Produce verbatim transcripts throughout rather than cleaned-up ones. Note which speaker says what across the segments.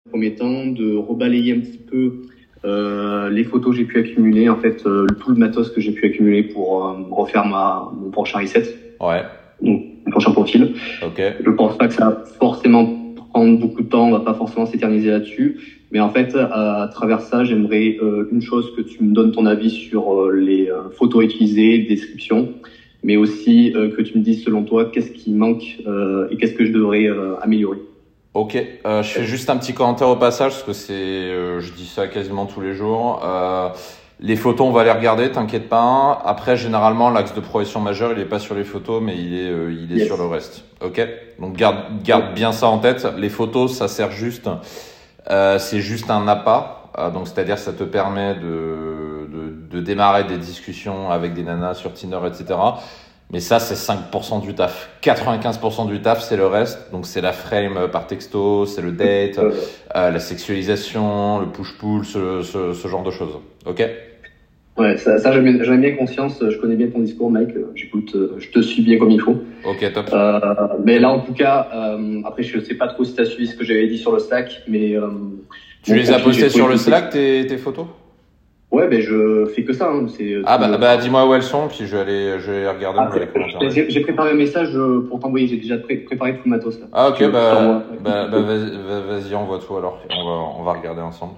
Speaker 1: premier temps, de rebalayer un petit peu euh, les photos que j'ai pu accumuler, en fait, euh, tout le matos que j'ai pu accumuler pour euh, refaire ma, mon prochain reset.
Speaker 2: Ouais.
Speaker 1: Donc, mon prochain profil.
Speaker 2: Ok.
Speaker 1: Je pense pas que ça va forcément prendre beaucoup de temps, on va pas forcément s'éterniser là-dessus. Mais en fait, à, à travers ça, j'aimerais euh, une chose, que tu me donnes ton avis sur euh, les euh, photos utilisées, descriptions, mais aussi euh, que tu me dises selon toi qu'est-ce qui manque euh, et qu'est-ce que je devrais euh, améliorer.
Speaker 2: Ok, euh, je fais juste un petit commentaire au passage parce que c'est, euh, je dis ça quasiment tous les jours. Euh, les photos, on va les regarder, t'inquiète pas. Après, généralement, l'axe de progression majeur, il est pas sur les photos, mais il est, euh, il est yes. sur le reste. Ok, donc garde, garde bien ça en tête. Les photos, ça sert juste, euh, c'est juste un appât. Euh, donc, c'est-à-dire, ça te permet de, de, de démarrer des discussions avec des nanas sur Tinder, et cetera. Mais ça, c'est cinq pour cent du taf. quatre-vingt-quinze pour cent du taf, c'est le reste. Donc, c'est la frame par texto, c'est le date, euh, la sexualisation, le push-pull, ce, ce, ce genre de choses. Ok?
Speaker 1: Ouais, ça, ça j'en ai, j'en ai bien conscience. Je connais bien ton discours, Mike. J'écoute, je te suis bien comme il faut.
Speaker 2: Ok, top.
Speaker 1: Euh, mais là, en tout cas, euh, après, je sais pas trop si tu as suivi ce que j'avais dit sur le Slack, mais... Euh,
Speaker 2: tu les as postés sur le Slack, tes, tes photos?
Speaker 1: Ouais, ben je fais que ça. Hein. C'est,
Speaker 2: ah bah, bah dis-moi où elles sont, puis je vais aller, je vais regarder
Speaker 1: Après,
Speaker 2: dans les commentaires.
Speaker 1: J'ai, j'ai préparé un message pour t'envoyer. J'ai déjà pré- préparé tout le matos là.
Speaker 2: Ah ok, bah, bah, bah, bah vas-y, vas-y, envoie tout alors. On va, on va regarder ensemble.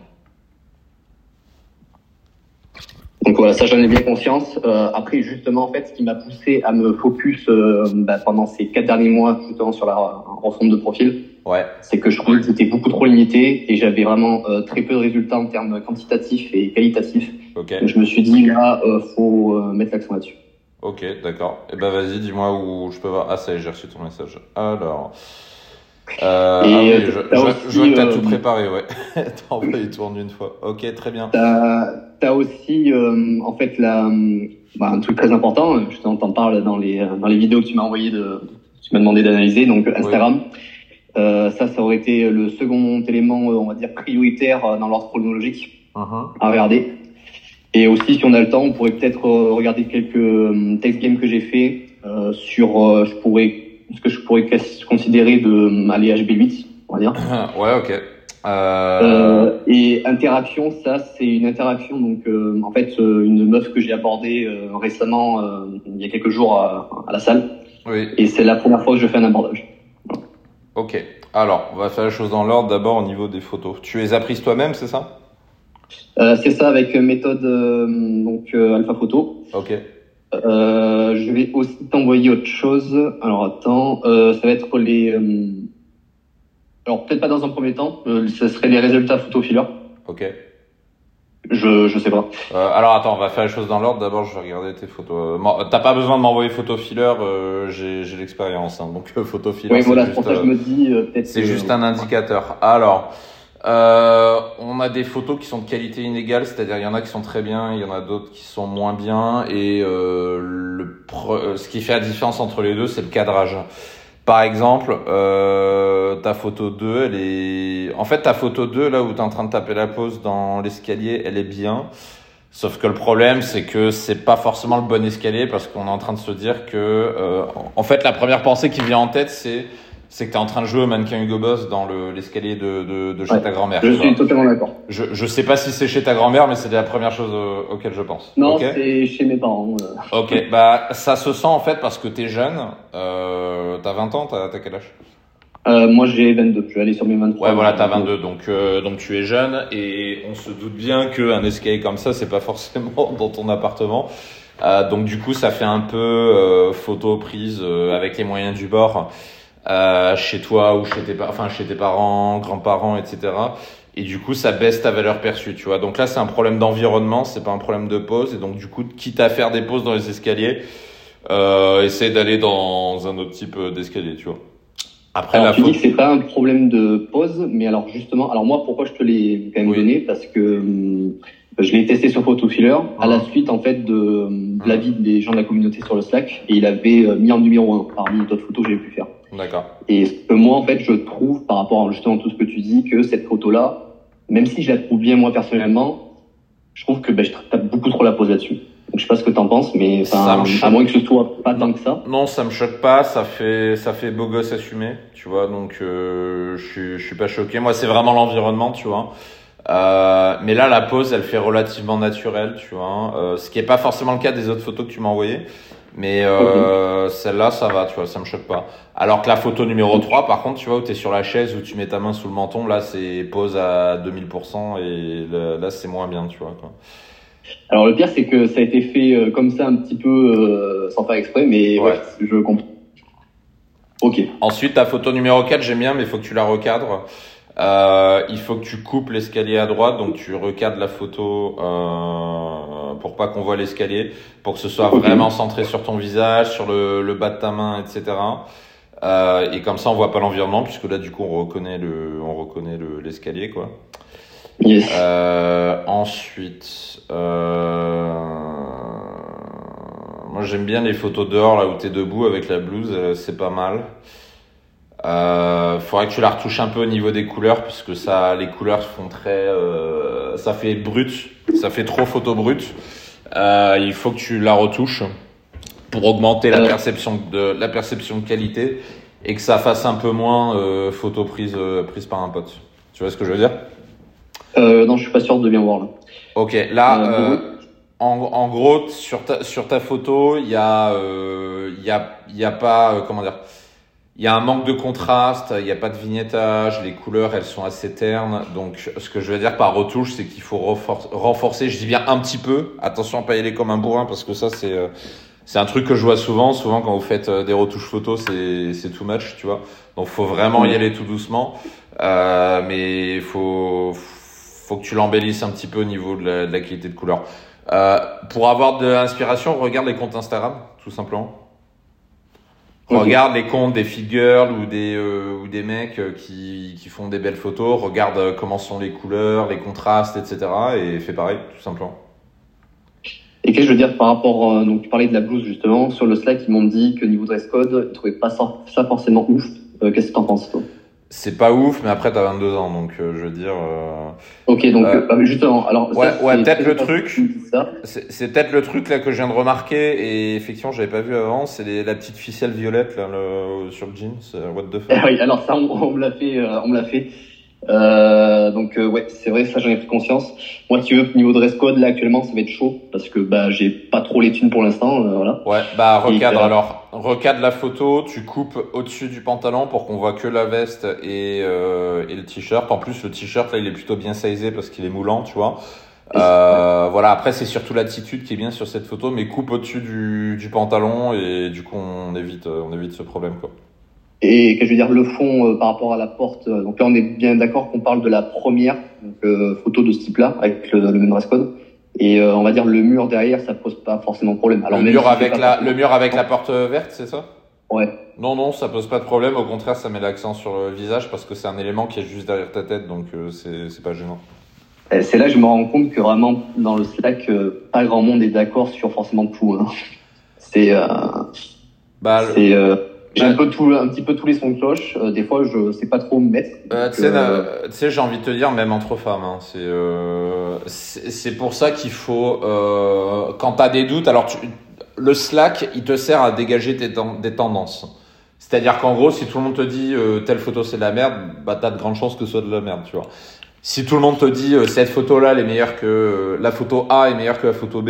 Speaker 1: Donc voilà, ça j'en ai bien conscience. Euh, après, justement, en fait, ce qui m'a poussé à me focus euh, bah, pendant ces quatre derniers mois, justement sur la refonte de profil,
Speaker 2: ouais,
Speaker 1: c'est que je trouvais que c'était beaucoup trop limité et j'avais vraiment euh, très peu de résultats en termes quantitatifs et qualitatifs.
Speaker 2: Okay.
Speaker 1: Donc je me suis dit là, euh, faut euh, mettre l'accent là-dessus.
Speaker 2: Ok, d'accord. Et eh ben vas-y, dis-moi où je peux voir. Ah ça y est, j'ai reçu ton message. Alors. Euh,
Speaker 1: et
Speaker 2: ah oui,
Speaker 1: euh,
Speaker 2: je, je, je vois que t'as euh, tout préparé, ouais. T'as envoyé tout en une fois. Ok, très bien.
Speaker 1: T'as, t'as aussi, euh, en fait, la, bah, un truc très important. Je t'en parle dans les dans les vidéos que tu m'as envoyé de, tu m'as demandé d'analyser. Donc Instagram. Oui. Euh, ça, ça aurait été le second élément, on va dire prioritaire dans l'ordre chronologique
Speaker 2: uh-huh.
Speaker 1: à regarder. Et aussi, si on a le temps, on pourrait peut-être regarder quelques text games que j'ai fait euh, sur, euh, je pourrais, ce que je pourrais considérer de aller H B huit, on va dire.
Speaker 2: Ouais, ok. Euh...
Speaker 1: Euh, et interaction, ça, c'est une interaction. Donc, euh, en fait, euh, une meuf que j'ai abordée euh, récemment, euh, il y a quelques jours à, à la salle.
Speaker 2: Oui.
Speaker 1: Et c'est la première fois que je fais un abordage. Voilà.
Speaker 2: Ok. Alors, on va faire les choses dans l'ordre. D'abord, au niveau des photos. Tu les as prises toi-même, c'est ça?
Speaker 1: Euh, c'est ça, avec méthode euh, donc euh, Alpha Photo.
Speaker 2: Ok.
Speaker 1: Euh, je vais aussi t'envoyer autre chose. Alors attends, euh, ça va être les. Euh, alors peut-être pas dans un premier temps. Euh, ce serait les résultats photo filler.
Speaker 2: Ok.
Speaker 1: Je je sais pas.
Speaker 2: Euh, alors attends, on va faire les choses dans l'ordre. D'abord, je vais regarder tes photos. Euh, t'as pas besoin de m'envoyer photo filler. Euh, j'ai j'ai l'expérience. Hein, donc euh, photo filler.
Speaker 1: Oui, voilà.
Speaker 2: C'est
Speaker 1: pour ça,
Speaker 2: euh,
Speaker 1: je me dis euh, peut-être.
Speaker 2: C'est
Speaker 1: que,
Speaker 2: juste un indicateur. Alors. Euh, on a des photos qui sont de qualité inégale, c'est-à-dire il y en a qui sont très bien, il y en a d'autres qui sont moins bien, et euh, le pre- ce qui fait la différence entre les deux, c'est le cadrage. Par exemple, euh, ta photo deux, elle est, en fait ta photo deux là où t'es en train de taper la pause dans l'escalier, elle est bien. Sauf que le problème, c'est que c'est pas forcément le bon escalier parce qu'on est en train de se dire que, euh, en fait, la première pensée qui vient en tête, c'est c'est que t'es en train de jouer au mannequin Hugo Boss dans le, l'escalier de, de, de chez ouais, ta grand-mère.
Speaker 1: Je suis totalement d'accord.
Speaker 2: Je, je sais pas si c'est chez ta grand-mère, mais c'est la première chose euh, auquel je pense.
Speaker 1: Non,
Speaker 2: okay
Speaker 1: c'est chez mes parents. Euh.
Speaker 2: Ok, bah ça se sent en fait parce que t'es jeune. Euh, t'as vingt ans, t'as, t'as quel âge?
Speaker 1: Euh, moi j'ai vingt-deux, je vais aller sur mes vingt-trois.
Speaker 2: Ouais voilà, t'as vingt-deux, donc euh, donc tu es jeune et on se doute bien qu'un escalier comme ça, c'est pas forcément dans ton appartement. Euh, donc du coup, ça fait un peu euh, photo prise euh, avec les moyens du bord. Euh, chez toi ou chez tes, enfin, chez tes parents, grands-parents, et cetera. Et du coup, ça baisse ta valeur perçue, tu vois. Donc là, c'est un problème d'environnement, c'est pas un problème de pause. Et donc, du coup, quitte à faire des pauses dans les escaliers, euh, essaie d'aller dans un autre type d'escalier, tu vois.
Speaker 1: Après, alors, la tu faute... dis que c'est pas un problème de pause, mais alors justement, alors moi, pourquoi je te l'ai quand même oui. donné? Parce que hum, je l'ai testé sur PhotoFiller mmh. à la suite, en fait, de, de l'avis des gens de la communauté sur le Slack, et il avait mis en numéro un parmi d'autres photos que j'ai pu faire.
Speaker 2: D'accord.
Speaker 1: Et ce que moi, en fait, je trouve, par rapport à justement tout ce que tu dis, que cette photo-là, même si je la trouve bien moi personnellement, je trouve que ben, je tape beaucoup trop la pose là-dessus. Donc, je sais pas ce que t'en penses, mais
Speaker 2: Ça me
Speaker 1: enfin,
Speaker 2: choque.
Speaker 1: à moins que ce soit pas tant que ça.
Speaker 2: Non, ça me choque pas, ça fait ça fait beau gosse assumé, tu vois, donc euh, je suis je suis pas choqué. Moi, c'est vraiment l'environnement, tu vois. Euh, mais là, la pose, elle fait relativement naturelle, tu vois. Euh, ce qui est pas forcément le cas des autres photos que tu m'as envoyées. Mais euh,
Speaker 1: Ok.
Speaker 2: celle-là, ça va, tu vois, ça me choque pas. Alors que la photo numéro trois, par contre, tu vois, où t'es sur la chaise, où tu mets ta main sous le menton, là, c'est pose à deux mille pour cent et là, là, c'est moins bien, tu vois, quoi.
Speaker 1: Alors, le pire, c'est que ça a été fait euh, comme ça un petit peu euh, sans faire exprès, mais ouais,
Speaker 2: Ouais.
Speaker 1: je comprends. Ok.
Speaker 2: Ensuite, ta photo numéro quatre, j'aime bien, mais il faut que tu la recadres. Euh, il faut que tu coupes l'escalier à droite, donc tu recadres la photo euh, pour pas qu'on voit l'escalier, pour que ce soit
Speaker 1: Ok.
Speaker 2: vraiment centré sur ton visage, sur le, le bas de ta main, et cetera. Euh, et comme ça, on voit pas l'environnement, puisque là, du coup, on reconnaît le, on reconnaît le, l'escalier, quoi.
Speaker 1: Yes.
Speaker 2: Euh, ensuite, euh, moi, j'aime bien les photos dehors, là où t'es debout avec la blouse, euh, c'est pas mal. Euh, faudrait que tu la retouches un peu au niveau des couleurs, puisque ça, les couleurs font très, euh, ça fait brut, ça fait trop photo brute. Euh, il faut que tu la retouches pour augmenter la
Speaker 1: Euh,
Speaker 2: perception de la perception de qualité et que ça fasse un peu moins euh, photo prise euh, prise par un pote. Tu vois ce que je veux dire?
Speaker 1: euh, non, je suis pas sûr de bien voir là.
Speaker 2: Ok, là,
Speaker 1: Euh,
Speaker 2: euh,
Speaker 1: bon,
Speaker 2: en, en gros, sur ta sur ta photo, il y a euh, il y a il y a pas euh, comment dire. Il y a un manque de contraste, il n'y a pas de vignettage, les couleurs elles sont assez ternes. Donc ce que je veux dire par retouche, c'est qu'il faut renfor- renforcer, je dis bien un petit peu, attention à pas y aller comme un bourrin parce que ça c'est euh, c'est un truc que je vois souvent, souvent quand vous faites euh, des retouches photos, c'est c'est too much, tu vois. Donc faut vraiment y
Speaker 1: ouais.
Speaker 2: aller tout doucement, euh, mais faut faut que tu l'embellisses un petit peu au niveau de la, de la qualité de couleur. Euh, pour avoir de l'inspiration, regarde les comptes Instagram, tout simplement.
Speaker 1: Ok.
Speaker 2: Regarde les comptes des fit girls ou des euh, ou des mecs euh, qui qui font des belles photos. Regarde euh, comment sont les couleurs, les contrastes, et cetera. Et fais pareil, tout simplement.
Speaker 1: Et qu'est-ce que je veux dire par rapport, euh, donc tu parlais de la blouse justement, sur le Slack, ils m'ont dit que niveau dress code, ils trouvaient pas ça, ça forcément ouf. Euh, qu'est-ce que t'en penses, toi?
Speaker 2: C'est pas ouf, mais après t'as vingt-deux ans, donc euh, je veux dire. Euh,
Speaker 1: Ok, donc
Speaker 2: euh,
Speaker 1: euh, bah, justement, alors
Speaker 2: ouais,
Speaker 1: ça
Speaker 2: ouais,
Speaker 1: c'est
Speaker 2: peut-être
Speaker 1: très
Speaker 2: le
Speaker 1: important que
Speaker 2: truc.
Speaker 1: tu me dises ça.
Speaker 2: C'est, c'est peut-être le truc là que je viens de remarquer et effectivement j'avais pas vu avant. C'est les, la petite ficelle violette là le, sur le jean. C'est what the
Speaker 1: Eh
Speaker 2: fuck.
Speaker 1: oui, alors ça on, on me l'a fait, euh, on me l'a fait. Euh, donc euh, ouais, c'est vrai, ça j'en ai pris conscience. Moi, si tu veux, niveau dress code là actuellement, ça va être chaud parce que bah j'ai pas trop les thunes pour l'instant, euh, voilà.
Speaker 2: Ouais, bah
Speaker 1: Et
Speaker 2: recadre
Speaker 1: euh,
Speaker 2: alors. Recadre la photo, tu coupes au-dessus du pantalon pour qu'on voit que la veste et, euh, et le t-shirt. En plus, le t-shirt là, il est plutôt bien sizé parce qu'il est moulant, tu vois.
Speaker 1: et- ouais.
Speaker 2: Euh, voilà, après c'est surtout l'attitude qui est bien sur cette photo, mais coupe au-dessus du, du pantalon et du coup on évite, euh, on évite ce problème quoi.
Speaker 1: Et que je veux dire le fond euh, par rapport à la porte. euh, donc là, on est bien d'accord qu'on parle de la première donc, euh, photo de ce type-là avec le, le même dress code. Et euh, on va dire le mur derrière, ça pose pas forcément de problème. Alors
Speaker 2: Le
Speaker 1: même
Speaker 2: mur
Speaker 1: si c'est
Speaker 2: avec
Speaker 1: pas
Speaker 2: la,
Speaker 1: forcément-
Speaker 2: le mur avec la porte verte, c'est ça?
Speaker 1: Ouais.
Speaker 2: Non, non, ça pose pas de problème. Au contraire, ça met l'accent sur le visage parce que c'est un élément qui est juste derrière ta tête, donc euh, c'est, c'est pas gênant.
Speaker 1: Euh, C'est là que je me rends compte que vraiment dans le Slack, euh, pas grand monde est d'accord sur forcément tout. Hein. C'est, euh,
Speaker 2: Bah, le-
Speaker 1: c'est, euh, j'ai
Speaker 2: bah,
Speaker 1: un peu tout, un petit peu tous les sons de cloche. Euh, des fois, je sais pas trop où me mettre.
Speaker 2: Euh,
Speaker 1: Donc,
Speaker 2: tu sais,
Speaker 1: euh,
Speaker 2: euh, tu sais, j'ai envie de te dire, même entre femmes, hein, c'est, euh, c'est c'est pour ça qu'il faut, euh, quand t'as des doutes, alors tu, le Slack, il te sert à dégager tes ten- des tendances. C'est-à-dire qu'en gros, si tout le monde te dit euh, telle photo c'est de la merde, bah t'as de grandes chances que ce soit de la merde, tu vois. Si tout le monde te dit euh, cette photo-là, elle est meilleure que euh, la photo A est meilleure que la photo B,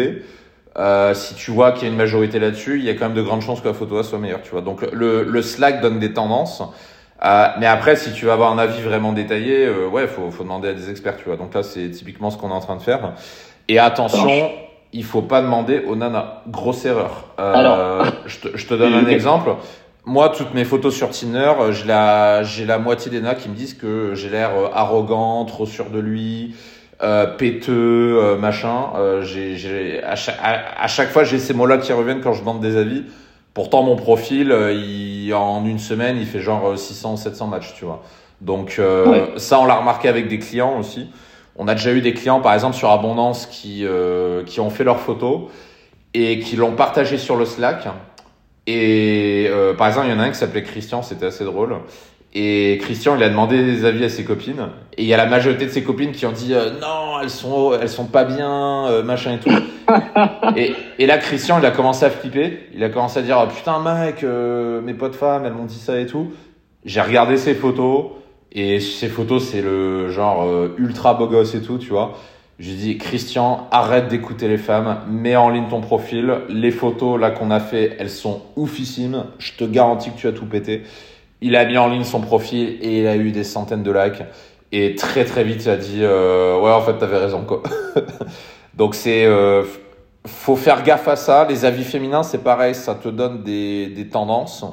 Speaker 2: euh, si tu vois qu'il y a une majorité là-dessus, il y a quand même de grandes chances que la photo A soit meilleure, tu vois. Donc le, le Slack donne des tendances. Euh, mais après, si tu veux avoir un avis vraiment détaillé, euh, ouais, faut, faut demander à des experts, tu vois. Donc là, c'est typiquement ce qu'on est en train de faire. Et attention, il faut pas demander aux nanas. Grosse erreur. Euh,
Speaker 1: Alors.
Speaker 2: je te, je te donne un exemple. Moi, toutes mes photos sur Tinder, euh, j'ai la, j'ai la moitié des nanas qui me disent que j'ai l'air euh, arrogant, trop sûr de lui, euh, péteux, euh, machin. Euh, j'ai, j'ai, à chaque, à, à chaque fois, j'ai ces mots-là qui reviennent quand je demande des avis. Pourtant, mon profil, euh, il, en une semaine, il fait genre six cents ou sept cents matchs, tu vois. Donc, euh,
Speaker 1: Ouais.
Speaker 2: ça, on l'a remarqué avec des clients aussi. On a déjà eu des clients, par exemple, sur Abondance qui, euh, qui ont fait leurs photos et qui l'ont partagé sur le Slack. Et, euh, par exemple, il y en a un qui s'appelait Christian, c'était assez drôle. Et Christian, il a demandé des avis à ses copines. Et il y a la majorité de ses copines qui ont dit euh, non, elles sont, elles sont pas bien, euh, machin et tout. et, et là, Christian, il a commencé à flipper. Il a commencé à dire oh, putain, mec, euh, mes potes femmes, elles m'ont dit ça et tout. J'ai regardé ses photos. Et ses photos, c'est le genre euh, ultra beau gosse et tout, tu vois. J'ai dit Christian, arrête d'écouter les femmes, mets en ligne ton profil. Les photos là qu'on a fait, elles sont oufissimes. Je te garantis que tu as tout pété. Il a mis en ligne son profil et il a eu des centaines de likes. Et très très vite, il a dit euh, ouais, en fait, t'avais raison quoi. Donc c'est euh, faut faire gaffe à ça. Les avis féminins, c'est pareil, ça te donne des des tendances.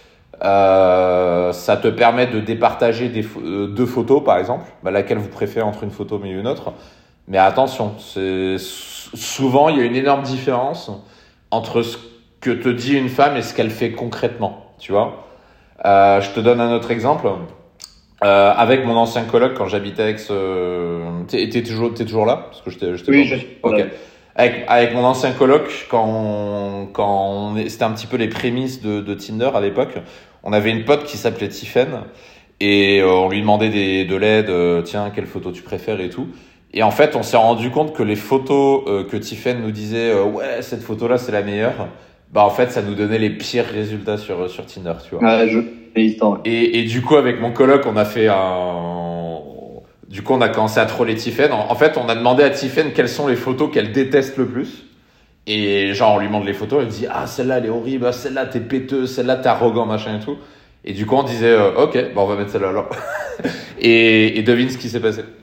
Speaker 2: Euh, ça te permet de départager des euh, deux photos par exemple, bah, laquelle vous préférez entre une photo mais une autre. Mais attention, c'est souvent il y a une énorme différence entre ce que te dit une femme et ce qu'elle fait concrètement, tu vois. Euh, je te donne un autre exemple. Euh, avec mon ancien coloc, quand j'habitais avec ce... T'es, t'es, toujours, t'es toujours là? Parce que je t'ai, je t'ai
Speaker 1: oui,
Speaker 2: pas...
Speaker 1: je suis
Speaker 2: Ok.
Speaker 1: là.
Speaker 2: Avec, avec mon ancien coloc, quand, on, quand on, c'était un petit peu les prémices de, de Tinder à l'époque, on avait une pote qui s'appelait Tiffen et euh, on lui demandait des, de l'aide, euh, tiens, quelle photo tu préfères et tout. Et en fait, on s'est rendu compte que les photos euh, que Tiffen nous disait, euh, ouais, cette photo-là, c'est la meilleure. Bah, en fait, ça nous donnait les pires résultats sur, sur Tinder, tu vois.
Speaker 1: Ouais, je... l'histoire.
Speaker 2: Et, et du coup, avec mon coloc, on a fait un... Du coup, on a commencé à troller Tiffen. En, en fait, on a demandé à Tiffen quelles sont les photos qu'elle déteste le plus. Et genre, on lui montre les photos, elle dit « Ah, celle-là, elle est horrible. Ah, celle-là, t'es péteux. Celle-là, t'es arrogant, machin et tout. » Et du coup, on disait euh, « Ok, bah, on va mettre celle-là alors. » et, et devine ce qui s'est passé.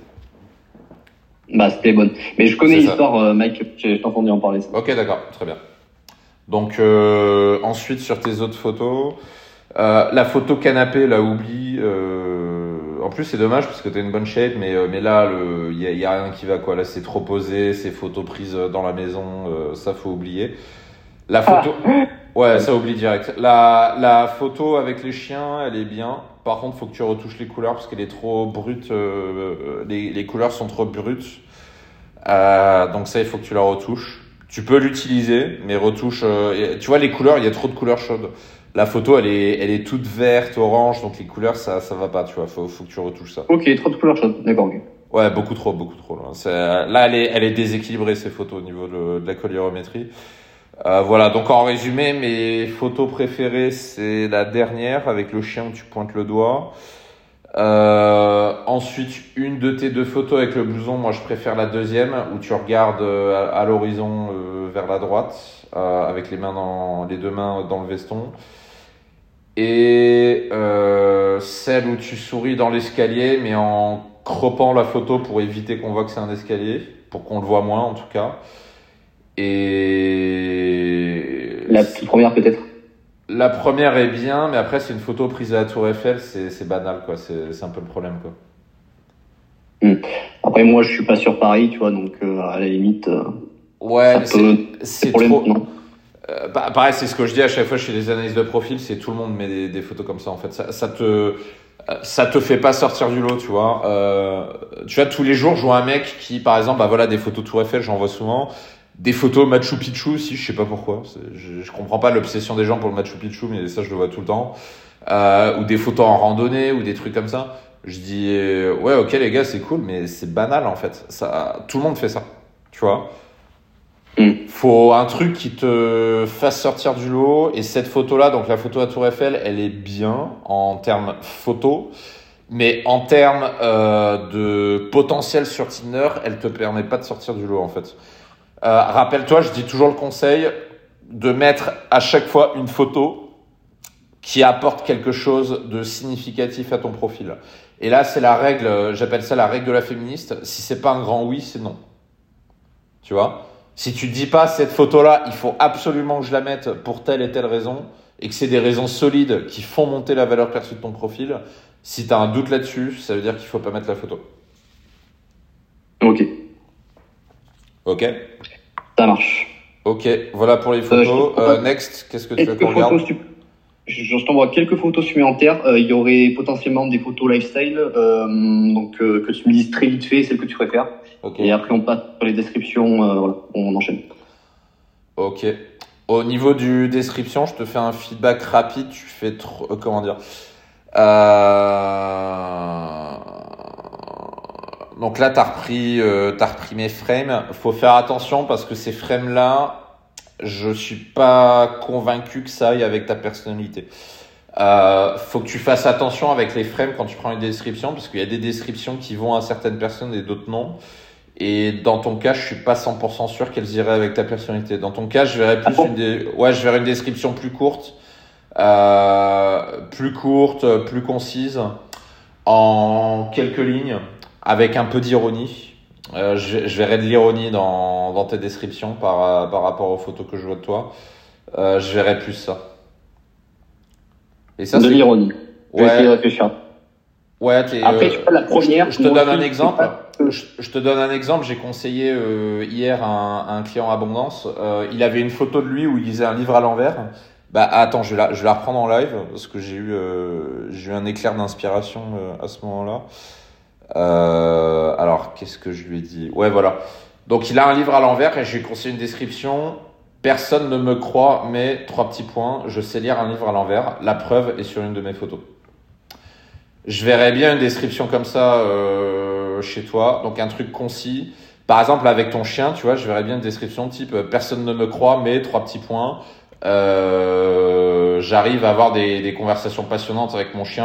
Speaker 1: Bah, c'était bonne. Mais je connais
Speaker 2: C'est
Speaker 1: l'histoire, euh, Mike. J'ai entendu en parler. Ça.
Speaker 2: Ok, d'accord. Très bien. Donc, euh, ensuite, sur tes autres photos... Euh, la photo canapé, là, oublie. Euh... En plus, c'est dommage parce que t'as une bonne shape, mais euh, mais là, le, y a, y a rien qui va quoi. Là, c'est trop posé, c'est photos prises dans la maison, euh, ça faut oublier. La photo, ah. ouais, ça oublie direct. La la photo avec les chiens, elle est bien. Par contre, faut que tu retouches les couleurs parce qu'elle est trop brute. Euh, les les couleurs sont trop brutes. Euh, donc ça, il faut que tu la retouches. Tu peux l'utiliser, mais retouche. Euh, tu vois, les couleurs, il y a trop de couleurs chaudes. La photo, elle est, elle est toute verte, orange, donc les couleurs, ça, ça va pas, tu vois. Faut, faut que tu retouches ça.
Speaker 1: Ok, trop de couleurs chaudes, d'accord. Okay.
Speaker 2: Ouais, beaucoup trop, beaucoup trop. Là, c'est, là elle, est, elle est déséquilibrée, ces photos, au niveau de, de la colorimétrie. Euh, voilà, donc en résumé, mes photos préférées, c'est la dernière, avec le chien où tu pointes le doigt. Euh, ensuite, une de tes deux photos avec le blouson, moi je préfère la deuxième, où tu regardes à, à l'horizon euh, vers la droite, euh, avec les mains dans, les deux mains dans le veston. Et euh, celle où tu souris dans l'escalier, mais en croppant la photo pour éviter qu'on voit que c'est un escalier, pour qu'on le voit moins en tout cas. Et
Speaker 1: la toute première peut-être.
Speaker 2: La première est bien, mais après c'est une photo prise à la Tour Eiffel, c'est, c'est banal quoi, c'est, c'est un peu le problème quoi.
Speaker 1: Mmh. Après moi je suis pas sur Paris, tu vois, donc euh, à la limite. Euh,
Speaker 2: ouais,
Speaker 1: ça peut...
Speaker 2: c'est, c'est
Speaker 1: problème,
Speaker 2: trop.
Speaker 1: Non
Speaker 2: Euh, bah, pareil, c'est ce que je dis à chaque fois chez les analyses de profil, c'est tout le monde met des, des photos comme ça en fait. Ça, ça te, ça te fait pas sortir du lot, tu vois. Euh, tu vois, tous les jours, je vois un mec qui, par exemple, bah voilà, des photos Tour Eiffel, j'en vois souvent. Des photos Machu Picchu aussi, je sais pas pourquoi. C'est, je, je comprends pas l'obsession des gens pour le Machu Picchu, mais ça, je le vois tout le temps. Euh, ou des photos en randonnée, ou des trucs comme ça. Je dis, euh, ouais, ok les gars, c'est cool, mais c'est banal en fait. Ça, tout le monde fait ça, tu vois. Faut un truc qui te fasse sortir du lot. Et cette photo-là, donc la photo à Tour Eiffel, elle est bien en termes photo, mais en termes euh, de potentiel sur Tinder, elle te permet pas de sortir du lot en fait. Euh, rappelle-toi, je dis toujours le conseil de mettre à chaque fois une photo qui apporte quelque chose de significatif à ton profil. Et là, c'est la règle, j'appelle ça la règle de la féministe. Si c'est pas un grand oui, c'est non. Tu vois ? Si tu te dis pas cette photo-là, il faut absolument que je la mette pour telle et telle raison, et que c'est des raisons solides qui font monter la valeur perçue de ton profil, si tu as un doute là-dessus, ça veut dire qu'il faut pas mettre la photo.
Speaker 1: Ok.
Speaker 2: Ok.
Speaker 1: Ça marche.
Speaker 2: Ok, voilà pour les photos. Euh, euh, next, qu'est-ce que tu veux qu'on regarde ?
Speaker 1: Sup... Je, je t'envoie quelques photos supplémentaires. Euh, il y aurait potentiellement des photos lifestyle, euh, donc euh, que tu me dises très vite fait, celle que tu préfères. Okay. Et après on passe sur les descriptions, euh, voilà, on enchaîne.
Speaker 2: Ok. Au niveau du description, je te fais un feedback rapide. Tu fais trop, euh, comment dire ? Euh... Donc là, t'as repris, euh, t'as repris mes frames. Faut faire attention parce que ces frames-là, je suis pas convaincu que ça aille avec ta personnalité. Euh, faut que tu fasses attention avec les frames quand tu prends une description parce qu'il y a des descriptions qui vont à certaines personnes et d'autres non. Et dans ton cas, je suis pas cent pour cent sûr qu'elles iraient avec ta personnalité. Dans ton cas, je verrais plus une, dé... ouais, je verrais une description plus courte, euh, plus courte, plus concise, en quelques lignes, avec un peu d'ironie. Euh, je, je verrais de l'ironie dans, dans tes descriptions par, par rapport aux photos que je vois de toi. Euh, je verrais plus ça.
Speaker 1: Et ça, de c'est l'ironie.
Speaker 2: Ouais.
Speaker 1: Je vais essayer de réfléchir.
Speaker 2: Ouais, t'es,
Speaker 1: Après, euh, tu vois, la première.
Speaker 2: Je, je te donne un exemple. Je, je te donne un exemple. J'ai conseillé euh, hier un, un client Abondance. Euh, il avait une photo de lui où il lisait un livre à l'envers. Bah attends, je vais la, je vais la reprendre en live parce que j'ai eu, euh, j'ai eu un éclair d'inspiration euh, à ce moment-là. Euh, alors, qu'est-ce que je lui ai dit? Ouais, voilà. Donc, il a un livre à l'envers et je lui ai conseillé une description. Personne ne me croit, mais trois petits points. Je sais lire un livre à l'envers. La preuve est sur une de mes photos. Je verrais bien une description comme ça euh, chez toi. Donc, un truc concis. Par exemple, avec ton chien, tu vois, je verrais bien une description type « Personne ne me croit, mais trois petits points. Euh, j'arrive à avoir des, des conversations passionnantes avec mon chien. »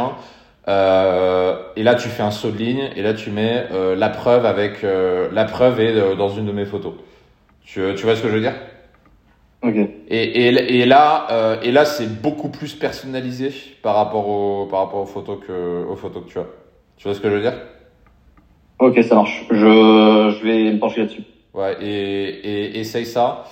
Speaker 2: Euh, et là, tu fais un saut de ligne et là, tu mets euh, la preuve avec euh, la preuve est euh, dans une de mes photos. Tu, tu vois ce que je veux dire?
Speaker 1: Ok.
Speaker 2: Et, et, et là, euh, et là, c'est beaucoup plus personnalisé par rapport aux par rapport aux photos que aux photos que tu as. Tu vois ce que je veux dire?
Speaker 1: Ok, ça marche. Je je vais me pencher là-dessus.
Speaker 2: Ouais. Et, et essaye ça.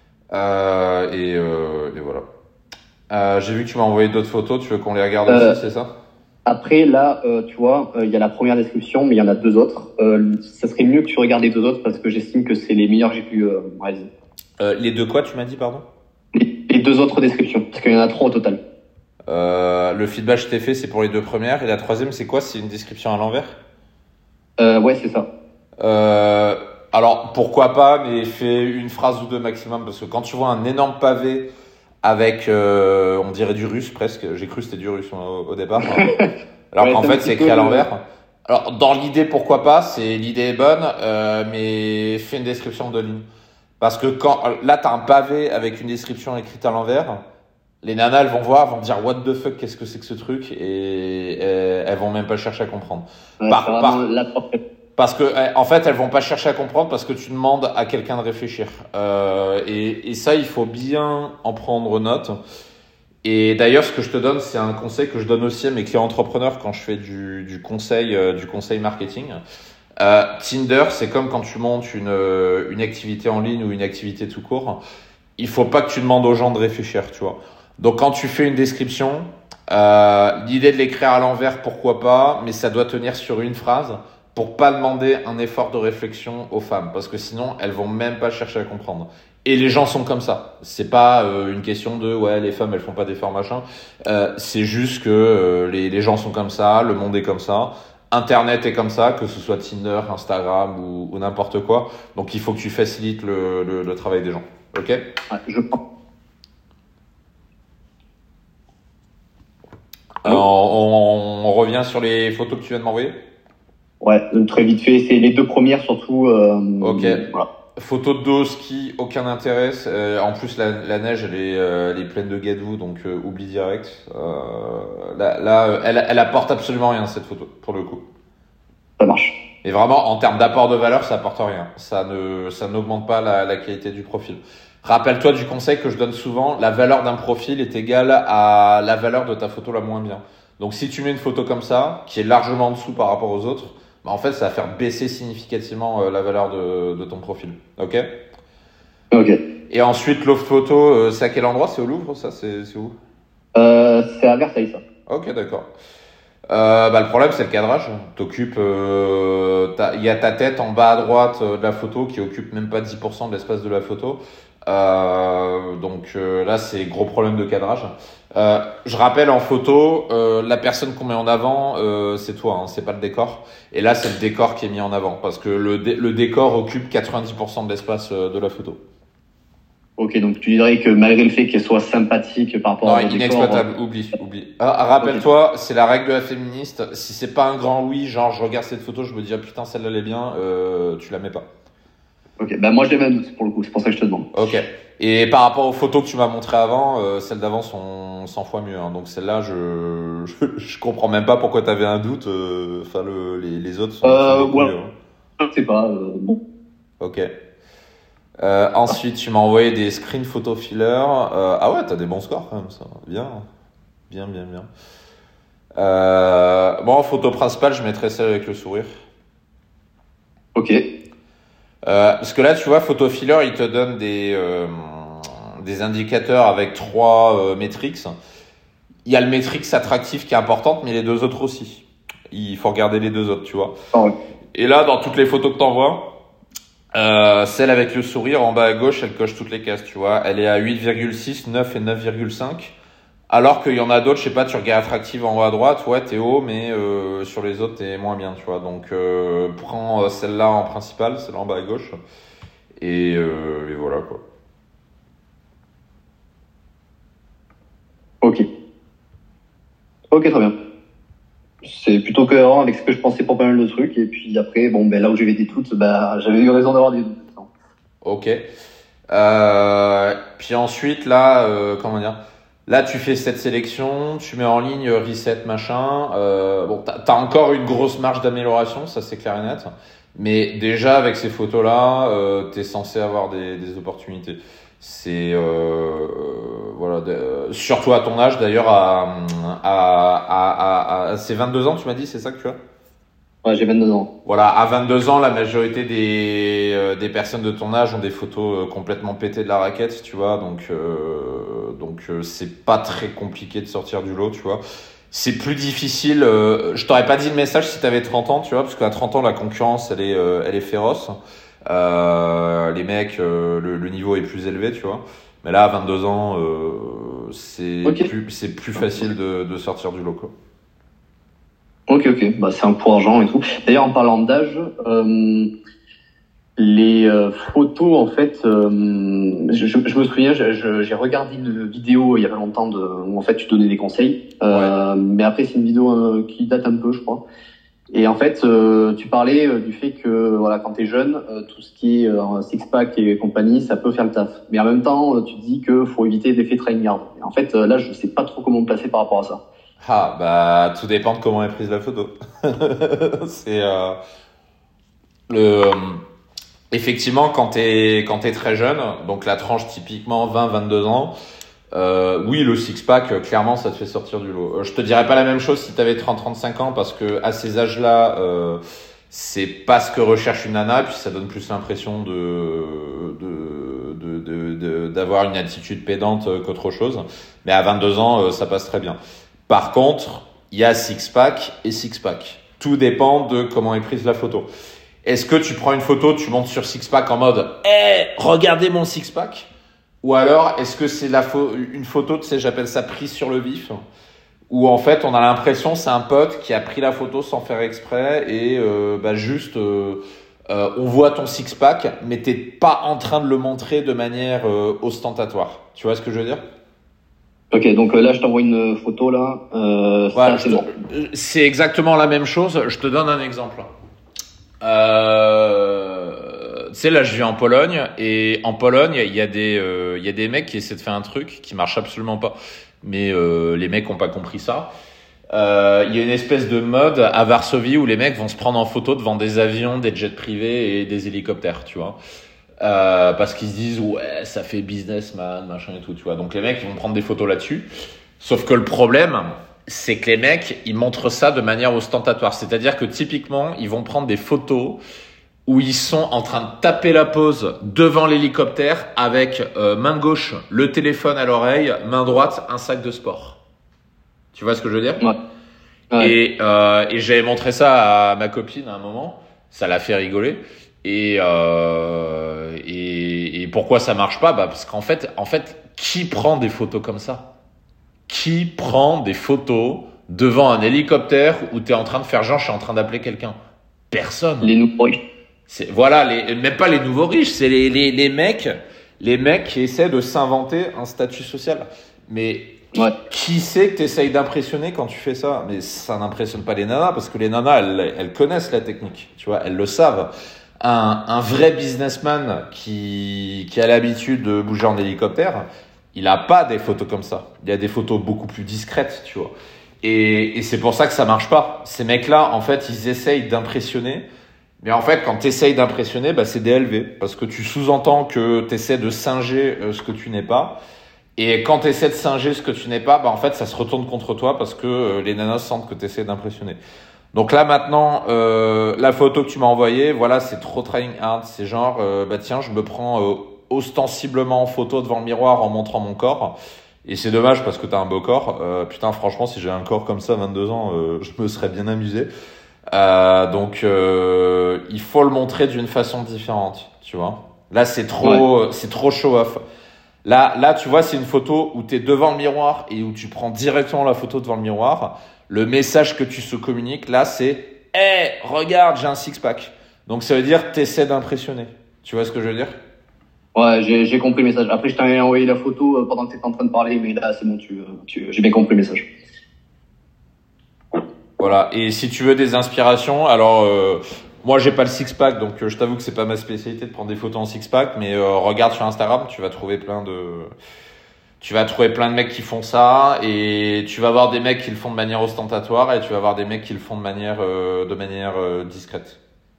Speaker 2: Euh, et, euh, et voilà. Euh, j'ai vu que tu m'as envoyé d'autres photos. Tu veux qu'on les regarde euh... aussi, c'est ça?
Speaker 1: Après, là, euh, tu vois, il euh, y a la première description, mais il y en a deux autres. Euh, ça serait mieux que tu regardes les deux autres parce que j'estime que c'est les meilleurs que j'ai pu euh, réaliser.
Speaker 2: Euh, les deux quoi, tu m'as dit, pardon?
Speaker 1: les, les deux autres descriptions, parce qu'il y en a trois au total.
Speaker 2: Euh, le feedback que je t'ai fait, c'est pour les deux premières. Et la troisième, c'est quoi? C'est une description à l'envers?
Speaker 1: euh, Ouais, c'est ça.
Speaker 2: Euh, alors, pourquoi pas, mais fais une phrase ou deux maximum, parce que quand tu vois un énorme pavé avec, euh, on dirait du russe presque. J'ai cru que c'était du russe au, au départ. Alors ouais, qu'en fait, c'est écrit à l'envers. Alors, dans l'idée, pourquoi pas, c'est, l'idée est bonne, euh, mais fais une description de ligne. Parce que quand, là, t'as un pavé avec une description écrite à l'envers. Les nanas, elles vont voir, vont dire what the fuck, qu'est-ce que c'est que ce truc, et, et elles vont même pas chercher à comprendre.
Speaker 1: Ouais,
Speaker 2: par, par,
Speaker 1: la...
Speaker 2: Parce que, en fait, elles vont pas chercher à comprendre parce que tu demandes à quelqu'un de réfléchir. Euh, et, et ça, il faut bien en prendre note. Et d'ailleurs, ce que je te donne, c'est un conseil que je donne aussi à mes clients entrepreneurs quand je fais du, du conseil, euh, du conseil marketing. Euh, Tinder, c'est comme quand tu montes une, une activité en ligne ou une activité tout court. Il faut pas que tu demandes aux gens de réfléchir, tu vois. Donc, quand tu fais une description, euh, l'idée de l'écrire à l'envers, pourquoi pas, mais ça doit tenir sur une phrase. Pour pas demander un effort de réflexion aux femmes, parce que sinon elles vont même pas chercher à comprendre. Et les gens sont comme ça. C'est pas euh, une question de ouais les femmes elles font pas d'efforts machin. Euh, c'est juste que euh, les, les gens sont comme ça, le monde est comme ça, Internet est comme ça, que ce soit Tinder, Instagram ou, ou n'importe quoi. Donc il faut que tu facilites le, le, le travail des gens. Ok?
Speaker 1: Ouais, je prends.
Speaker 2: Euh, on, on, on revient sur les photos que tu viens de m'envoyer.
Speaker 1: Ouais, très vite fait. C'est les deux premières surtout. Euh,
Speaker 2: ok.
Speaker 1: Voilà.
Speaker 2: Photo de dos, ski, aucun intérêt. Euh, en plus, la, la neige, elle est, euh, elle est pleine de gadou, donc euh, oublie direct. Euh, là, là elle, elle apporte absolument rien, cette photo, pour le coup.
Speaker 1: Ça marche.
Speaker 2: Et vraiment, en termes d'apport de valeur, ça apporte rien. Ça ne, ça n'augmente pas la, la qualité du profil. Rappelle-toi du conseil que je donne souvent, la valeur d'un profil est égale à la valeur de ta photo la moins bien. Donc, si tu mets une photo comme ça, qui est largement en dessous par rapport aux autres, bah en fait, ça va faire baisser significativement euh, la valeur de, de ton profil. Ok?
Speaker 1: Ok.
Speaker 2: Et ensuite, l'autre photo, euh, c'est à quel endroit? C'est au Louvre, ça? C'est, c'est où?
Speaker 1: euh, C'est à Versailles, ça.
Speaker 2: Ok, d'accord. Euh, bah, le problème, c'est le cadrage. T'occupes, euh, il y a ta tête en bas à droite de la photo qui occupe même pas dix pour cent de l'espace de la photo. Euh, donc euh, là, c'est gros problème de cadrage. Euh, je rappelle en photo, euh, la personne qu'on met en avant, euh, c'est toi, hein, c'est pas le décor. Et là, c'est le décor qui est mis en avant parce que le, dé- le décor occupe quatre-vingt-dix pour cent de l'espace euh, de la photo.
Speaker 1: Ok, donc tu dirais que malgré le fait qu'elle soit sympathique par rapport
Speaker 2: Non,
Speaker 1: à décor,
Speaker 2: inexploitable, oublie, oublie. Ah, rappelle-toi, c'est la règle de la féministe. Si c'est pas un grand oui, genre je regarde cette photo, je me dis ah putain celle-là elle est bien, euh, tu la mets pas.
Speaker 1: Ok, bah moi j'ai le même doute pour le coup, c'est pour ça que je te demande.
Speaker 2: Ok. Et par rapport aux photos que tu m'as montrées avant, euh, celles d'avant sont cent fois mieux. Hein. Donc celle-là, je, je je comprends même pas pourquoi t'avais un doute. Enfin, euh, le les les autres sont.
Speaker 1: Euh,
Speaker 2: sont beaucoup
Speaker 1: ouais.
Speaker 2: mieux, hein.
Speaker 1: Je sais pas, euh, bon.
Speaker 2: Ok. Euh, ensuite, tu m'as envoyé des screen photo filler. Euh, ah ouais, t'as des bons scores quand même, ça. Bien, bien, bien, bien. Euh, bon, en photo principale, je mettrais celle avec le sourire.
Speaker 1: Ok.
Speaker 2: Euh, parce que là, tu vois, photo filler, il te donne des euh, des indicateurs avec trois euh, métriques. Il y a le métrique attractif qui est importante, mais les deux autres aussi. Il faut regarder les deux autres, tu vois.
Speaker 1: Ah ouais.
Speaker 2: Et là, dans toutes les photos que t'envoies, Euh, celle avec le sourire en bas à gauche, elle coche toutes les cases, tu vois. Elle est à huit virgule six, neuf et neuf virgule cinq. Alors qu'il y en a d'autres, je sais pas, tu regardes attractive en haut à droite, ouais, t'es haut, mais euh, sur les autres, t'es moins bien, tu vois. Donc, euh, prends celle-là en principal, celle-là en bas à gauche. Et, euh, et voilà, quoi.
Speaker 1: Ok. Ok, très bien. C'est plutôt cohérent avec ce que je pensais pour pas mal de trucs. Et puis après, bon, ben là où j'avais des doutes, bah, j'avais eu raison d'avoir des doutes.
Speaker 2: Ok. Euh, puis ensuite, là, euh, comment dire, là, tu fais cette sélection, tu mets en ligne reset, machin. Euh, bon, t'as, t'as encore une grosse marge d'amélioration, ça c'est clair et net. Mais déjà, avec ces photos-là, euh, t'es censé avoir des, des opportunités. C'est, euh, voilà, de, surtout à ton âge, d'ailleurs, à, à, à, à, à, c'est vingt-deux ans, tu m'as dit, c'est ça que tu as?
Speaker 1: Ouais, j'ai vingt-deux ans.
Speaker 2: Voilà, à vingt-deux ans, la majorité des euh, des personnes de ton âge ont des photos euh, complètement pétées de la raquette, tu vois. Donc euh, donc euh, c'est pas très compliqué de sortir du lot, tu vois. C'est plus difficile. Euh, je t'aurais pas dit le message si t'avais trente ans, tu vois, parce qu'à trente ans la concurrence elle est euh, elle est féroce. Euh, les mecs, euh, le, le niveau est plus élevé, tu vois. Mais là, à vingt-deux ans, euh, c'est
Speaker 1: okay.
Speaker 2: plus c'est plus facile de de sortir du lot, quoi.
Speaker 1: Ok, ok, bah c'est un point argent et tout. D'ailleurs, en parlant d'âge, euh, les euh, photos, en fait, euh, je, je, je me souviens, je, je, j'ai regardé une vidéo il y a pas longtemps de, où en fait tu donnais des conseils, euh, ouais. Mais après c'est une vidéo euh, qui date un peu, je crois. Et en fait, euh, tu parlais euh, du fait que voilà, quand t'es jeune, euh, tout ce qui est euh, six pack et compagnie, ça peut faire le taf. Mais en même temps, euh, tu te dis que faut éviter l'effet tryhard. Et en fait, euh, là, je sais pas trop comment me placer par rapport à ça.
Speaker 2: Ah, bah, tout dépend de comment est prise la photo. c'est, euh, le, effectivement, quand t'es, quand t'es très jeune, donc la tranche typiquement vingt vingt-deux ans, euh, oui, le six-pack, clairement, ça te fait sortir du lot. Je te dirais pas la même chose si t'avais trente trente-cinq ans, parce que à ces âges-là, euh, c'est pas ce que recherche une nana, puis ça donne plus l'impression de, de, de, de, de d'avoir une attitude pédante qu'autre chose. Mais à vingt-deux ans, ça passe très bien. Par contre, il y a six-pack et six-pack. Tout dépend de comment est prise la photo. Est-ce que tu prends une photo, tu montes sur six-pack en mode « Eh, regardez mon six-pack » ou alors est-ce que c'est la fo- une photo, tu sais, j'appelle ça prise sur le vif, où en fait on a l'impression c'est un pote qui a pris la photo sans faire exprès et euh, bah juste euh, euh, on voit ton six-pack mais t'es pas en train de le montrer de manière euh, ostentatoire. Tu vois ce que je veux dire ?
Speaker 1: Ok, donc euh, là, je t'envoie une photo, là. Euh,
Speaker 2: voilà,
Speaker 1: ça, c'est bon.
Speaker 2: C'est exactement la même chose. Je te donne un exemple. Euh, tu sais, là, je vis en Pologne. Et en Pologne, il y a des, euh, il y a des mecs qui essaient de faire un truc qui marche absolument pas. Mais euh, les mecs ont pas compris ça. Euh, il y a une espèce de mode à Varsovie où les mecs vont se prendre en photo devant des avions, des jets privés et des hélicoptères, tu vois. Euh, parce qu'ils se disent ouais ça fait businessman machin et tout, tu vois. Donc les mecs ils vont prendre des photos là-dessus, sauf que le problème c'est que les mecs ils montrent ça de manière ostentatoire, c'est-à-dire que typiquement ils vont prendre des photos où ils sont en train de taper la pose devant l'hélicoptère avec euh, main gauche le téléphone à l'oreille, main droite un sac de sport. Tu vois ce que je veux dire ?
Speaker 1: Ouais. Ouais.
Speaker 2: Et, euh, et j'avais montré ça à ma copine à un moment, ça l'a fait rigoler. Et, euh, et, et pourquoi ça marche pas ? Bah parce qu'en fait, en fait, qui prend des photos comme ça ? Qui prend des photos devant un hélicoptère où t'es en train de faire genre je suis en train d'appeler quelqu'un ? Personne.
Speaker 1: Les nouveaux riches.
Speaker 2: C'est voilà, les même pas les nouveaux riches, c'est les les les mecs les mecs qui essaient de s'inventer un statut social. Mais
Speaker 1: ouais.
Speaker 2: Qui sait que tu essayes d'impressionner quand tu fais ça? Mais ça n'impressionne pas les nanas, parce que les nanas, elles, elles connaissent la technique, tu vois, elles le savent. Un, un vrai businessman qui, qui a l'habitude de bouger en hélicoptère, il a pas des photos comme ça. Il y a des photos beaucoup plus discrètes, tu vois. Et, et c'est pour ça que ça marche pas. Ces mecs-là, en fait, ils essayent d'impressionner. Mais en fait, quand tu essayes d'impressionner, bah, c'est D L V. Parce que tu sous-entends que tu essaies de singer euh, ce que tu n'es pas. Et quand tu essaies de singer ce que tu n'es pas, bah, en fait, ça se retourne contre toi parce que euh, les nanas sentent que tu essaies d'impressionner. Donc là, maintenant, euh, la photo que tu m'as envoyée, voilà, c'est trop trying hard. C'est genre, euh, bah tiens, je me prends euh, ostensiblement en photo devant le miroir en montrant mon corps. Et c'est dommage parce que t'as un beau corps. Euh, putain, franchement, si j'ai un corps comme ça à vingt-deux ans, euh, je me serais bien amusé. Euh, donc, euh, il faut le montrer d'une façon différente, tu vois. Là, c'est trop, ouais. c'est trop show-off. Là, là, tu vois, c'est une photo où t'es devant le miroir et où tu prends directement la photo devant le miroir. Le message que tu se communiques, là, c'est « Hey, regarde, j'ai un six-pack ». Donc, ça veut dire que t'essaies d'impressionner. Tu vois ce que je veux dire?
Speaker 1: Ouais, j'ai, j'ai compris le message. Après, je t'avais envoyé la photo pendant que t'étais en train de parler, mais là, c'est bon, tu, tu, j'ai bien compris le message.
Speaker 2: Voilà. Et si tu veux des inspirations, alors, euh, moi, j'ai pas le six-pack, donc euh, je t'avoue que c'est pas ma spécialité de prendre des photos en six-pack, mais euh, regarde sur Instagram, tu vas trouver plein de... Tu vas trouver plein de mecs qui font ça, et tu vas voir des mecs qui le font de manière ostentatoire, et tu vas voir des mecs qui le font de manière, euh, de manière euh, discrète.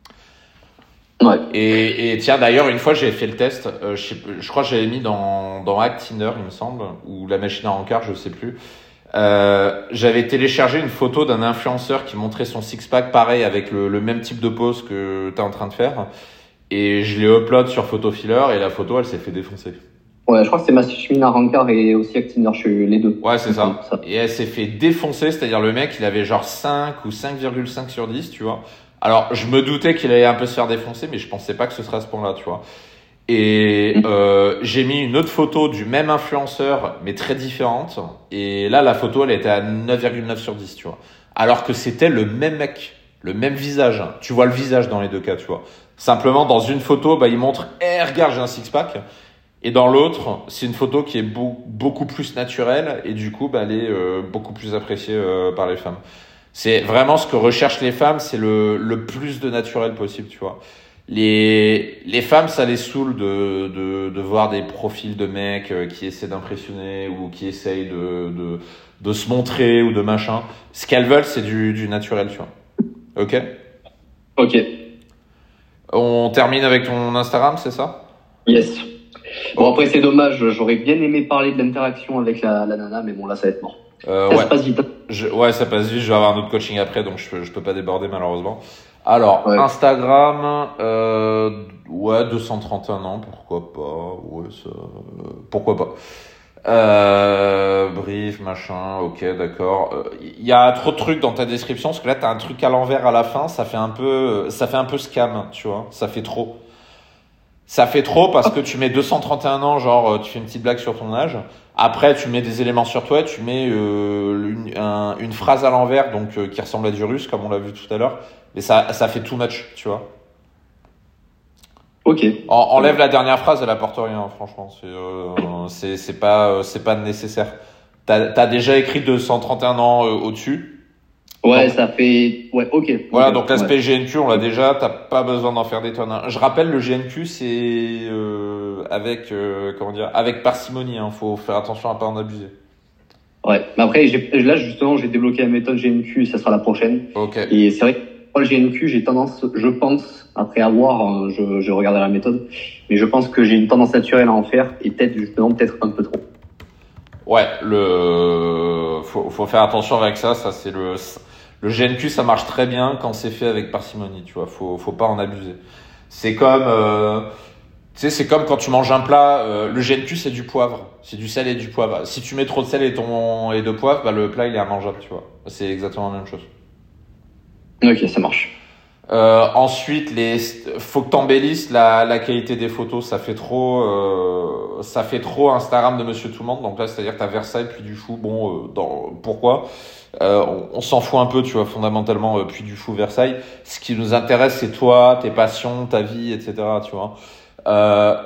Speaker 1: Ouais.
Speaker 2: Et, et tiens, d'ailleurs, une fois, j'ai fait le test. Euh, je, sais, je crois que j'avais mis dans, dans Hack Tinder, il me semble, ou la machine à encart, je sais plus. Euh, j'avais téléchargé une photo d'un influenceur qui montrait son six-pack, pareil, avec le, le même type de pose que t'es en train de faire. Et je l'ai upload sur Photofiller, et la photo, elle s'est fait défoncer.
Speaker 1: Ouais, je crois que c'est Machine à encart et aussi Hack Tinder, je suis les deux.
Speaker 2: Ouais, c'est ça. ça. Et elle s'est fait défoncer, c'est-à-dire le mec, il avait genre cinq ou cinq virgule cinq sur dix, tu vois. Alors, je me doutais qu'il allait un peu se faire défoncer, mais je pensais pas que ce serait à ce point-là, tu vois. Et euh, j'ai mis une autre photo du même influenceur, mais très différente. Et là, la photo, elle était à neuf virgule neuf sur dix, tu vois. Alors que c'était le même mec, le même visage. Tu vois le visage dans les deux cas, tu vois. Simplement, dans une photo, bah, il montre « Eh, regarde, j'ai un six-pack ». Et dans l'autre, c'est une photo qui est beau, beaucoup plus naturelle et du coup, bah, elle est euh, beaucoup plus appréciée euh, par les femmes. C'est vraiment ce que recherchent les femmes, c'est le, le plus de naturel possible, tu vois. Les, les femmes, ça les saoule de, de, de voir des profils de mecs euh, qui essaient d'impressionner ou qui essayent de, de, de se montrer ou de machin. Ce qu'elles veulent, c'est du, du naturel, tu vois. Ok?
Speaker 1: Ok.
Speaker 2: On termine avec ton Instagram, c'est ça?
Speaker 1: Yes. Bon, après, c'est dommage, j'aurais bien aimé parler de l'interaction avec la, la nana, mais bon, là, ça va être mort.
Speaker 2: Euh,
Speaker 1: ça
Speaker 2: ouais.
Speaker 1: se passe vite.
Speaker 2: Je, ouais, ça passe vite, je vais avoir un autre coaching après, donc je, je peux pas déborder, malheureusement. Alors,
Speaker 1: ouais.
Speaker 2: Instagram, euh, ouais, deux cent trente et un ans, pourquoi pas, ouais, ça, euh, pourquoi pas. Euh, brief, machin, ok, d'accord. Il euh, y a trop de trucs dans ta description, parce que là, t'as un truc à l'envers à la fin, ça fait un peu, ça fait un peu scam, tu vois, ça fait trop. Ça fait trop parce que tu mets deux cent trente et un ans, genre tu fais une petite blague sur ton âge. Après, tu mets des éléments sur toi, tu mets euh, une, un, une phrase à l'envers, donc euh, qui ressemble à du russe, comme on l'a vu tout à l'heure. Mais ça, ça fait too much, tu vois.
Speaker 1: Ok.
Speaker 2: En, enlève la dernière phrase, elle apporte rien, franchement. C'est, euh, c'est, c'est pas, euh, c'est pas nécessaire. T'as, t'as déjà écrit deux cent trente et un ans euh, au-dessus.
Speaker 1: Ouais,
Speaker 2: donc,
Speaker 1: ça fait... Ouais, ok.
Speaker 2: Voilà,
Speaker 1: okay.
Speaker 2: donc l'aspect
Speaker 1: ouais.
Speaker 2: G N Q, on l'a déjà, t'as pas besoin d'en faire des tonnes. Je rappelle, le G N Q, c'est euh, avec, euh, comment dire, avec parcimonie, hein. Faut faire attention à pas en abuser.
Speaker 1: Ouais, mais après, j'ai, là, justement, j'ai débloqué la méthode G N Q, ça sera la prochaine.
Speaker 2: Ok.
Speaker 1: Et c'est vrai que pour le G N Q, j'ai tendance, je pense, après avoir, hein, je, je regardais la méthode, mais je pense que j'ai une tendance naturelle à en faire, et peut-être, justement, peut-être un peu trop.
Speaker 2: Ouais, le, faut, faut faire attention avec ça, ça c'est le, le G N Q, ça marche très bien quand c'est fait avec parcimonie, tu vois, faut, faut pas en abuser. C'est comme, euh, tu sais, c'est comme quand tu manges un plat, euh, le G N Q c'est du poivre, c'est du sel et du poivre. Si tu mets trop de sel et, ton, et de poivre, bah, le plat il est immangeable, tu vois. C'est exactement la même chose.
Speaker 1: Ok, ça marche.
Speaker 2: Euh, ensuite, les, faut que t'embellisses la, la qualité des photos. Ça fait trop, euh, ça fait trop Instagram de Monsieur Tout le Monde. Donc là, c'est-à-dire que t'as Versailles puis du fou. Bon, euh, dans, pourquoi euh, on, on s'en fout un peu, tu vois, fondamentalement, euh, puis du fou Versailles. Ce qui nous intéresse, c'est toi, tes passions, ta vie, et cetera. Tu vois. Euh,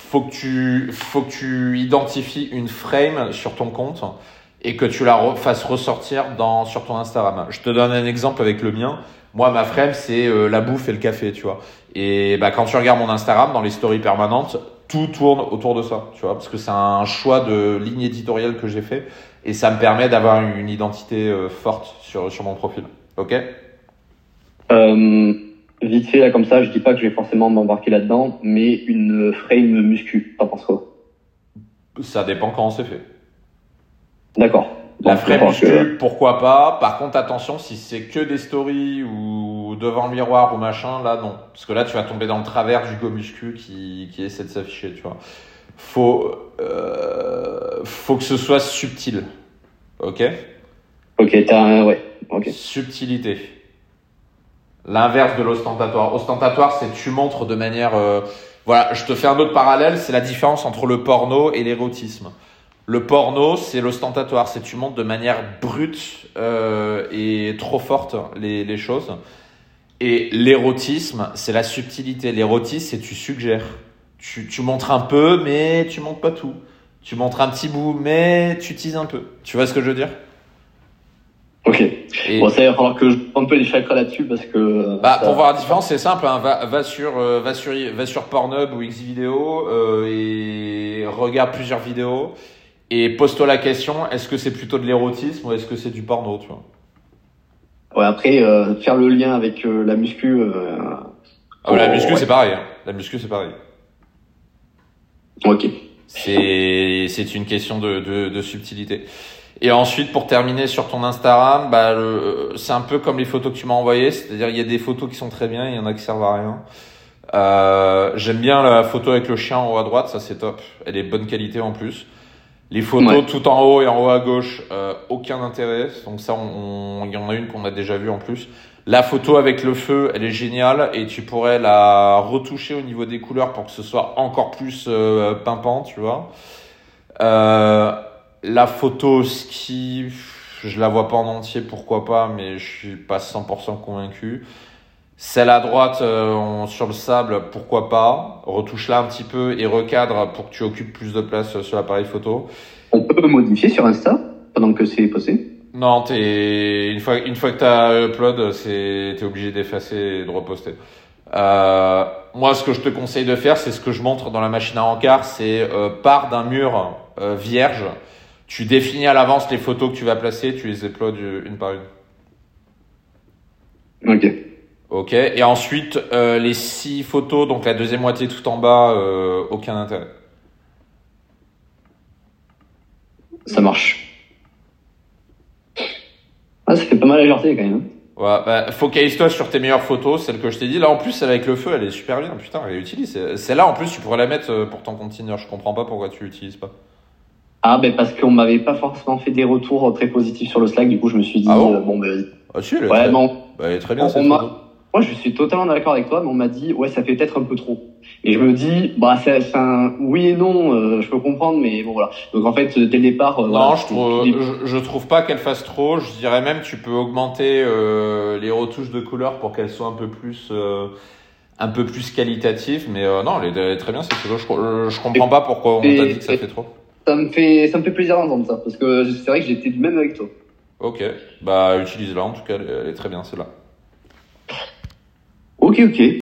Speaker 2: faut que tu, faut que tu identifies une frame sur ton compte et que tu la re- fasses ressortir dans, sur ton Instagram. Je te donne un exemple avec le mien. Moi, ma frame, c'est euh, la bouffe et le café, tu vois. Et bah, quand tu regardes mon Instagram, dans les stories permanentes, tout tourne autour de ça, tu vois, parce que c'est un choix de ligne éditoriale que j'ai fait et ça me permet d'avoir une identité euh, forte sur, sur mon profil. Ok?
Speaker 1: Euh, vite fait, là, comme ça, je dis pas que je vais forcément m'embarquer là-dedans, mais une frame muscu, t'en penses quoi?
Speaker 2: Ça dépend quand c'est fait.
Speaker 1: D'accord.
Speaker 2: La
Speaker 1: Donc,
Speaker 2: frame
Speaker 1: je pense
Speaker 2: muscu,
Speaker 1: que-
Speaker 2: pourquoi pas. Par contre, attention, si c'est que des stories ou devant le miroir ou machin, là, non. Parce que là, tu vas tomber dans le travers du go muscu qui, qui essaie de s'afficher, tu vois. Faut, euh, faut que ce soit subtil. Ok?
Speaker 1: Ok, t'as un... ouais, ok.
Speaker 2: Subtilité. L'inverse de l'ostentatoire. Ostentatoire, c'est tu montres de manière... euh, Voilà, je te fais un autre parallèle, c'est la différence entre le porno et l'érotisme. Le porno, c'est l'ostentatoire, c'est tu montres de manière brute euh, et trop forte les, les choses. Et l'érotisme, c'est la subtilité. L'érotisme, c'est tu suggères. Tu, tu montres un peu, mais tu montres pas tout. Tu montres un petit bout, mais tu teases un peu. Tu vois ce que je veux dire?
Speaker 1: Ok.
Speaker 2: Et
Speaker 1: Bon, ça, il va falloir que je prenne un peu les chakras là-dessus parce que... euh,
Speaker 2: bah,
Speaker 1: ça-
Speaker 2: pour voir la différence, c'est simple. Hein. Va, va sur, euh, va sur, va sur Pornhub ou Xvideo euh, et regarde plusieurs vidéos. Et pose-toi la question, est-ce que c'est plutôt de l'érotisme ou est-ce que c'est du porno, tu vois?
Speaker 1: Ouais, après, euh, faire le lien avec euh, la muscu... Euh...
Speaker 2: Ah, la
Speaker 1: oh,
Speaker 2: muscu,
Speaker 1: ouais.
Speaker 2: c'est pareil. Hein. La muscu, c'est pareil.
Speaker 1: Ok.
Speaker 2: C'est, c'est une question de, de, de subtilité. Et ensuite, pour terminer sur ton Instagram, bah, le, c'est un peu comme les photos que tu m'as envoyées. C'est-à-dire, il y a des photos qui sont très bien, il y en a qui servent à rien. Euh, j'aime bien la photo avec le chien en haut à droite, ça c'est top. Elle est de bonne qualité en plus. Les photos
Speaker 1: Ouais.
Speaker 2: tout en haut et en haut à gauche, euh, aucun intérêt. Donc ça, on, on- il y en a une qu'on a déjà vue en plus. La photo avec le feu, elle est géniale et tu pourrais la retoucher au niveau des couleurs pour que ce soit encore plus euh, pimpant, tu vois. Euh, la photo ski, je la vois pas en entier, pourquoi pas, mais je suis pas cent pour cent convaincu. Celle à droite euh, on- sur le sable, pourquoi pas. Retouche-la un petit peu et recadre pour que tu occupes plus de place euh, sur l'appareil photo.
Speaker 1: On peut modifier sur Insta pendant que c'est posté?
Speaker 2: Non, t'es une fois une fois que t'as upload, c'est t'es obligé d'effacer et de reposter. Euh, moi, ce que je te conseille de faire, c'est ce que je montre dans la machine à encart, c'est euh, part d'un mur euh, vierge. Tu définis à l'avance les photos que tu vas placer, tu les uploads une par une.
Speaker 1: Ok.
Speaker 2: Ok. Et ensuite, euh, les six photos, donc la deuxième moitié tout en bas, euh, aucun intérêt.
Speaker 1: Ça marche. Ah, ça fait pas mal alerter quand même. Hein.
Speaker 2: Ouais, bah, focalise-toi sur tes meilleures photos, celle que je t'ai dit. Là, en plus, celle avec le feu, elle est super bien. Putain, elle est utile. C'est- Celle-là, en plus, tu pourrais la mettre euh, pour ton compte Tinder. Je comprends pas pourquoi tu l'utilises pas.
Speaker 1: Ah, ben parce qu'on m'avait pas forcément fait des retours très positifs sur le Slack, du coup je me suis dit,
Speaker 2: Ah bon
Speaker 1: euh, bon ben...
Speaker 2: Ah, si, elle est
Speaker 1: Ouais,
Speaker 2: très...
Speaker 1: non.
Speaker 2: bah, elle est très bien,
Speaker 1: On-
Speaker 2: cette
Speaker 1: on m'a-
Speaker 2: photo.
Speaker 1: Moi je suis totalement d'accord avec toi, mais on m'a dit, ouais, ça fait peut-être un peu trop. Et je me dis, bah c'est c'est un oui et non, euh, je peux comprendre, mais bon voilà. Donc en fait, dès le départ... euh,
Speaker 2: Non,
Speaker 1: voilà,
Speaker 2: je,
Speaker 1: c'est-
Speaker 2: trouve,
Speaker 1: c'est-
Speaker 2: je, je trouve pas qu'elle fasse trop. Je dirais même tu peux augmenter euh, les retouches de couleurs pour qu'elles soient un peu plus euh, un peu plus qualitatives. Mais euh, non, elle est, elle est très bien cette photo. Je, je comprends pas pourquoi on t'a dit que ça fait trop.
Speaker 1: Ça me fait, ça me fait plaisir d'entendre ça, parce que c'est vrai que j'étais du même avec toi.
Speaker 2: Ok, bah utilise-la en tout cas, elle est- elle est très bien celle-là.
Speaker 1: Ok, ok.